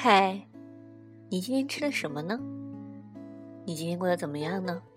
嗨，你今天吃了什么呢？你今天过得怎么样呢？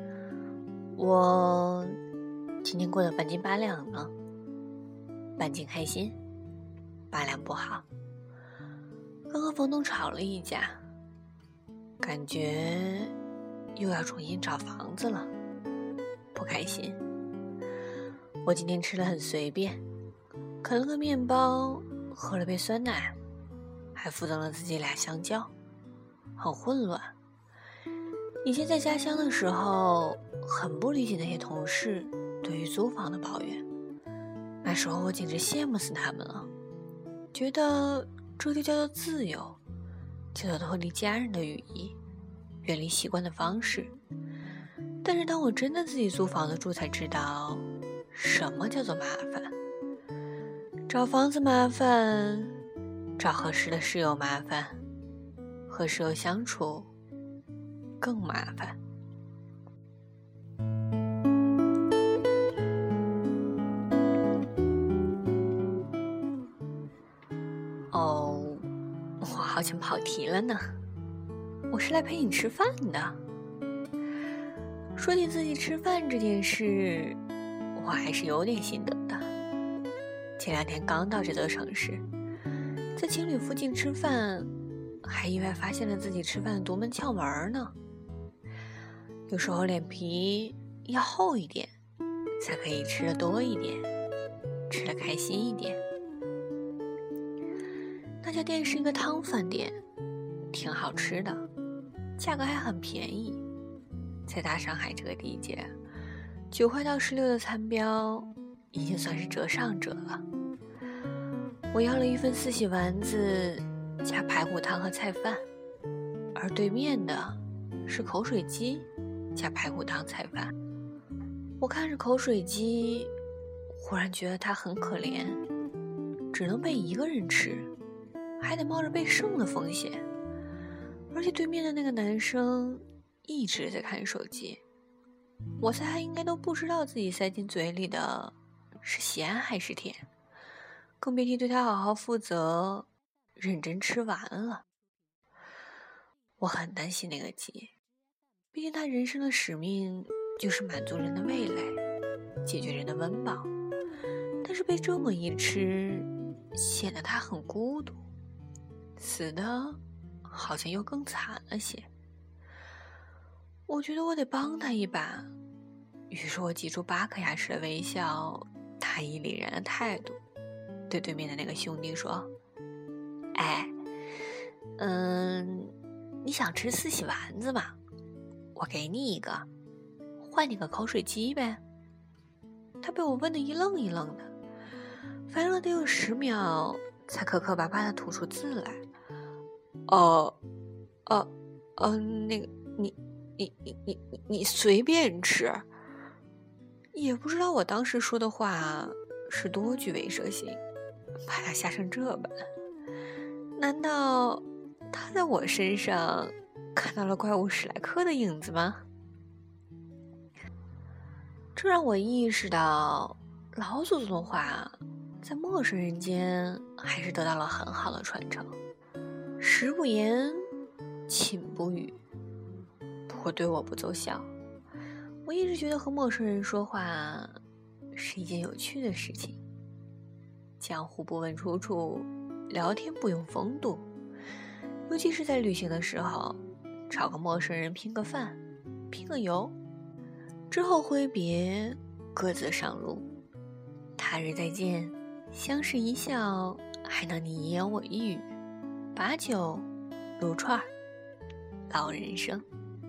我今天过得半斤八两呢，半斤开心，八两不好。刚和房东吵了一架，感觉又要重新找房子了，不开心。我今天吃得很随便，啃了个面包，喝了杯酸奶，还附赠了自己2香蕉，很混乱。以前在家乡的时候，很不理解那些同事对于租房的抱怨，那时候我简直羡慕死他们了，觉得这就叫做自由，叫做脱离家人的羽翼，远离习惯的方式。但是当我真的自己租房子住，才知道什么叫做麻烦。找房子麻烦，找合适的室友麻烦，和室友相处更麻烦。哦，我好像跑题了呢，我是来陪你吃饭的。说起自己吃饭这件事，我还是有点心得的。前2天刚到这座城市，在情侣附近吃饭，还意外发现了自己吃饭的独门窍门呢。有时候脸皮要厚一点，才可以吃得多一点，吃得开心一点。那家店是一个汤饭店，挺好吃的，价格还很便宜。在大上海这个地界，9块到16的餐标已经算是折上折了。我要了一份4喜丸子加排骨汤和菜饭，而对面的是口水鸡加排骨汤菜饭。我看着口水鸡，忽然觉得它很可怜，只能被一个人吃，还得冒着被剩的风险。而且对面的那个男生一直在看手机，我猜他应该都不知道自己塞进嘴里的是咸还是甜，更别提对他好好负责认真吃完了。我很担心那个鸡，毕竟他人生的使命就是满足人的味蕾，解决人的温饱，但是被这么一吃，显得他很孤独，死的好像又更惨了些。我觉得我得帮他一把，于是我挤出8颗牙齿的微笑，大义凛然的态度，对对面的那个兄弟说：哎，你想吃4喜丸子吗？我给你一个，换你个口水鸡呗。他被我问得一愣一愣的，反应了得有10秒，才磕磕巴巴地吐出字来。那个你随便吃。也不知道我当时说的话是多具威慑性，把他吓成这般。难道他在我身上看到了怪物史莱克的影子吗？这让我意识到，老祖宗的话在陌生人间还是得到了很好的传承。食不言，寝不语，不过对我不奏效。我一直觉得和陌生人说话是一件有趣的事情。江湖不问出处，聊天不用风度，尤其是在旅行的时候，找个陌生人拼个饭，拼个游，之后挥别，各自上路。他日再见，相视一笑，还能你一言我一语，把酒撸串，老人生。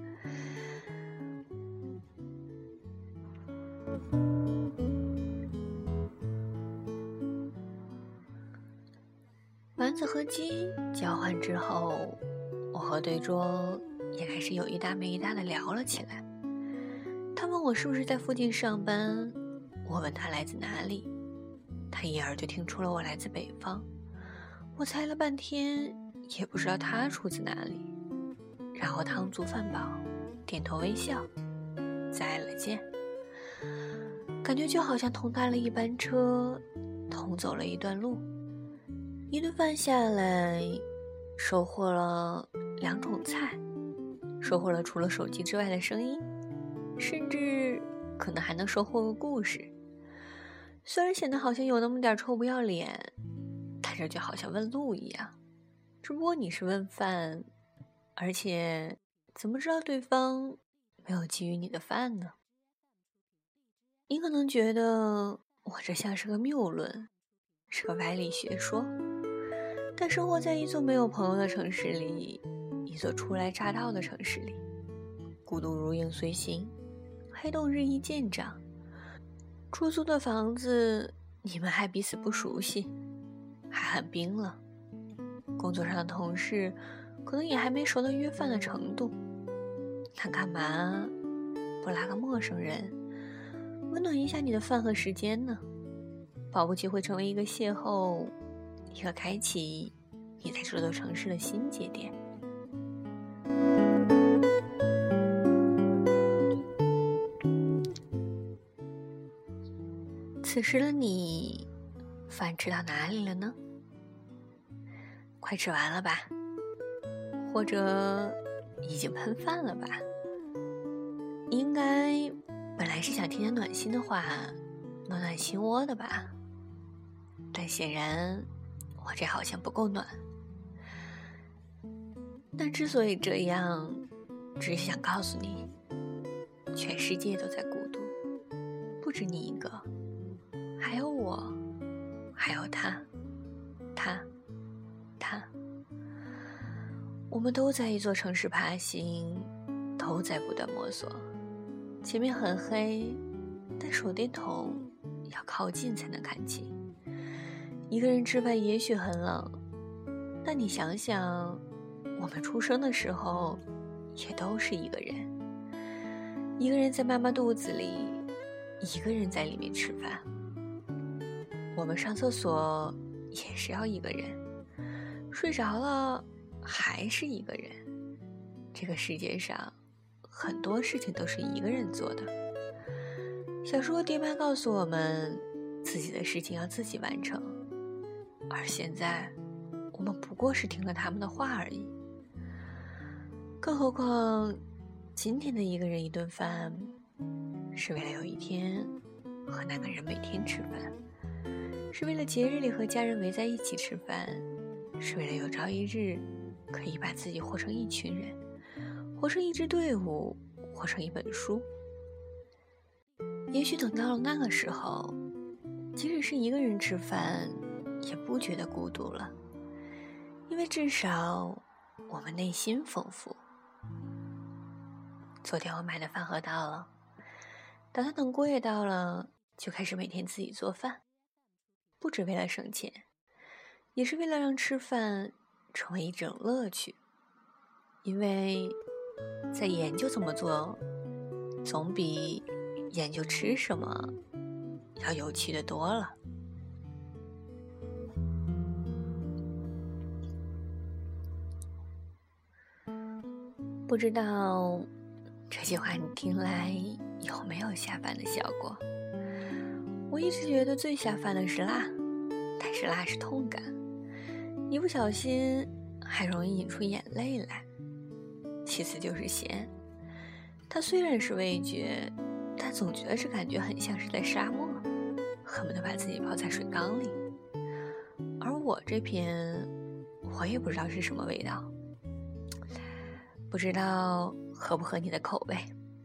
丸子和鸡交换之后，我和对桌也开始有一搭没一搭的聊了起来。他问我是不是在附近上班，我问他来自哪里，他一耳就听出了我来自北方。我猜了半天也不知道他出自哪里，然后汤足饭饱，点头微笑，再了见。感觉就好像同搭了一班车，同走了一段路。一顿饭下来， 收获了2种菜，收获了除了手机之外的声音，甚至可能还能收获个故事。虽然显得好像有那么点臭不要脸，但这就好像问路一样，只不过你是问饭，而且怎么知道对方没有觊觎你的饭呢？你可能觉得我这像是个谬论，是个歪理学说，但生活在一座没有朋友的城市里，一座初来乍到的城市里，孤独如影随形，黑洞日益渐长，出租的房子你们还彼此不熟悉，还很冰冷，工作上的同事可能也还没熟到约饭的程度，那干嘛不拉个陌生人温暖一下你的饭和时间呢？保不齐会成为一个邂逅，一个开启你在这座城市的新节点。此时的你，饭吃到哪里了呢？快吃完了吧？或者已经喷饭了吧？应该本来是想听点暖心的话，暖暖心窝的吧？但显然我这好像不够暖。但之所以这样，只是想告诉你，全世界都在孤独，不止你一个，还有我，还有他，我们都在一座城市爬行，都在不断摸索。前面很黑，但手电筒要靠近才能看清。一个人吃饭也许很冷，但你想想，我们出生的时候也都是一个人，一个人在妈妈肚子里，一个人在里面吃饭。我们上厕所也是要一个人，睡着了还是一个人。这个世界上很多事情都是一个人做的。小时候爹妈告诉我们，自己的事情要自己完成，而现在我们不过是听了他们的话而已。更何况今天的一个人一顿饭，是为了有一天和那个人每天吃饭，是为了节日里和家人围在一起吃饭，是为了有朝一日可以把自己活成一群人，活成一支队伍，活成一本书。也许等到了那个时候，即使是一个人吃饭也不觉得孤独了，因为至少我们内心丰富。昨天我买的饭盒到了，打算等锅也到了，就开始每天自己做饭，不只为了省钱，也是为了让吃饭成为一种乐趣。因为在研究怎么做，总比研究吃什么要有趣的多了。不知道这句话你听来有没有下饭的效果？我一直觉得最下饭的是辣，但是辣是痛感，一不小心还容易引出眼泪来。其次就是咸，它虽然是味觉，但总觉得这感觉很像是在沙漠，恨不得把自己泡在水缸里。而我这篇，我也不知道是什么味道，不知道合不合你的口味。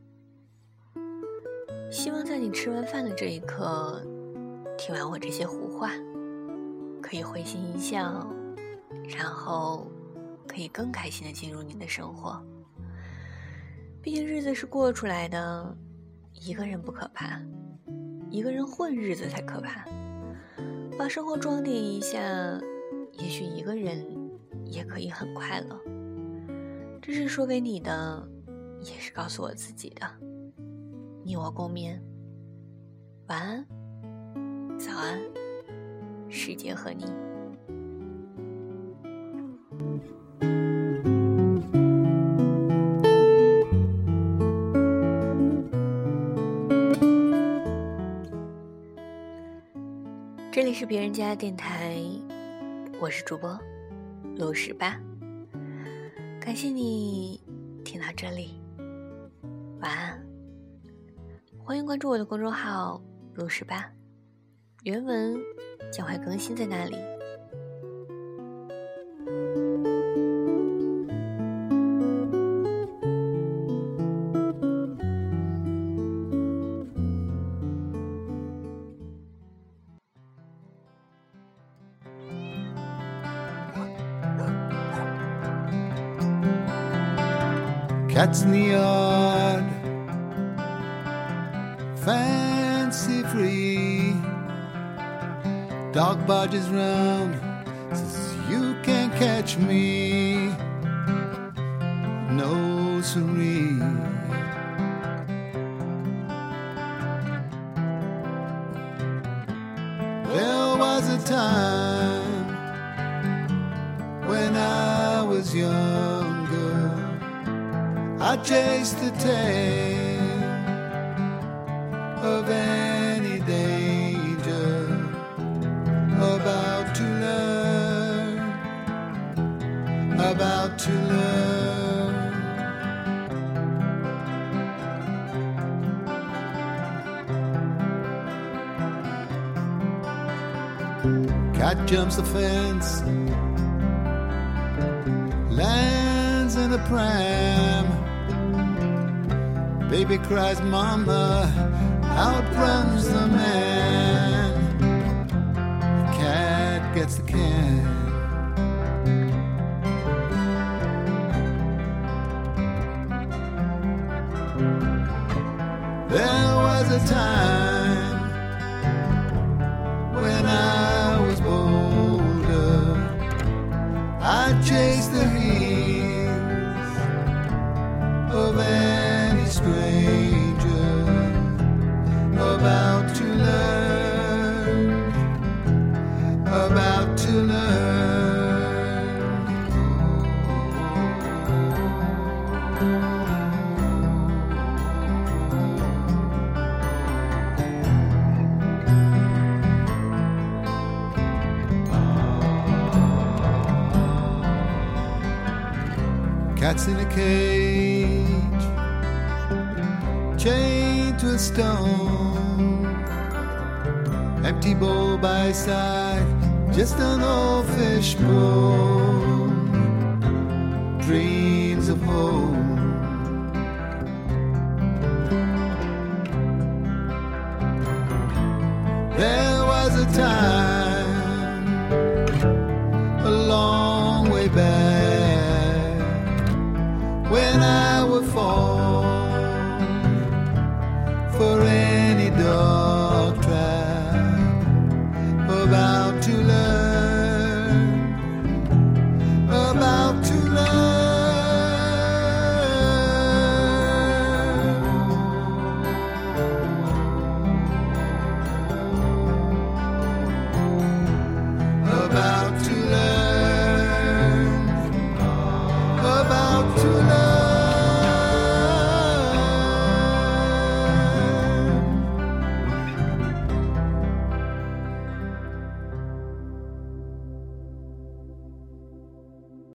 希望在你吃完饭的这一刻，听完我这些胡话，可以会心一笑，然后可以更开心地进入你的生活。毕竟日子是过出来的，一个人不可怕，一个人混日子才可怕。把生活装点一下，也许一个人也可以很快乐。这是说给你的，也是告诉我自己的。你我共勉。晚安，早安，世界和你。这里是别人家的电台，我是主播陆18。 感谢你听到这里，晚安。欢迎关注我的公众号如是吧，原文将会更新在那里。 Cats in the yard, fancy free. Dog barges round, says you can't catch me. No siree. There was a time when I was younger, I chased the tail of any danger, about to learn, about to learn. Cat jumps the fence, lands in a pram. Baby cries, mama, outruns the man. The cat gets the can. There was a time when I was bolder, I chased the heels of any stranger, about to learn, about to learn. Cats in a cage, chained to a stone, empty bowl by side, just an old fish bone, dreams of home.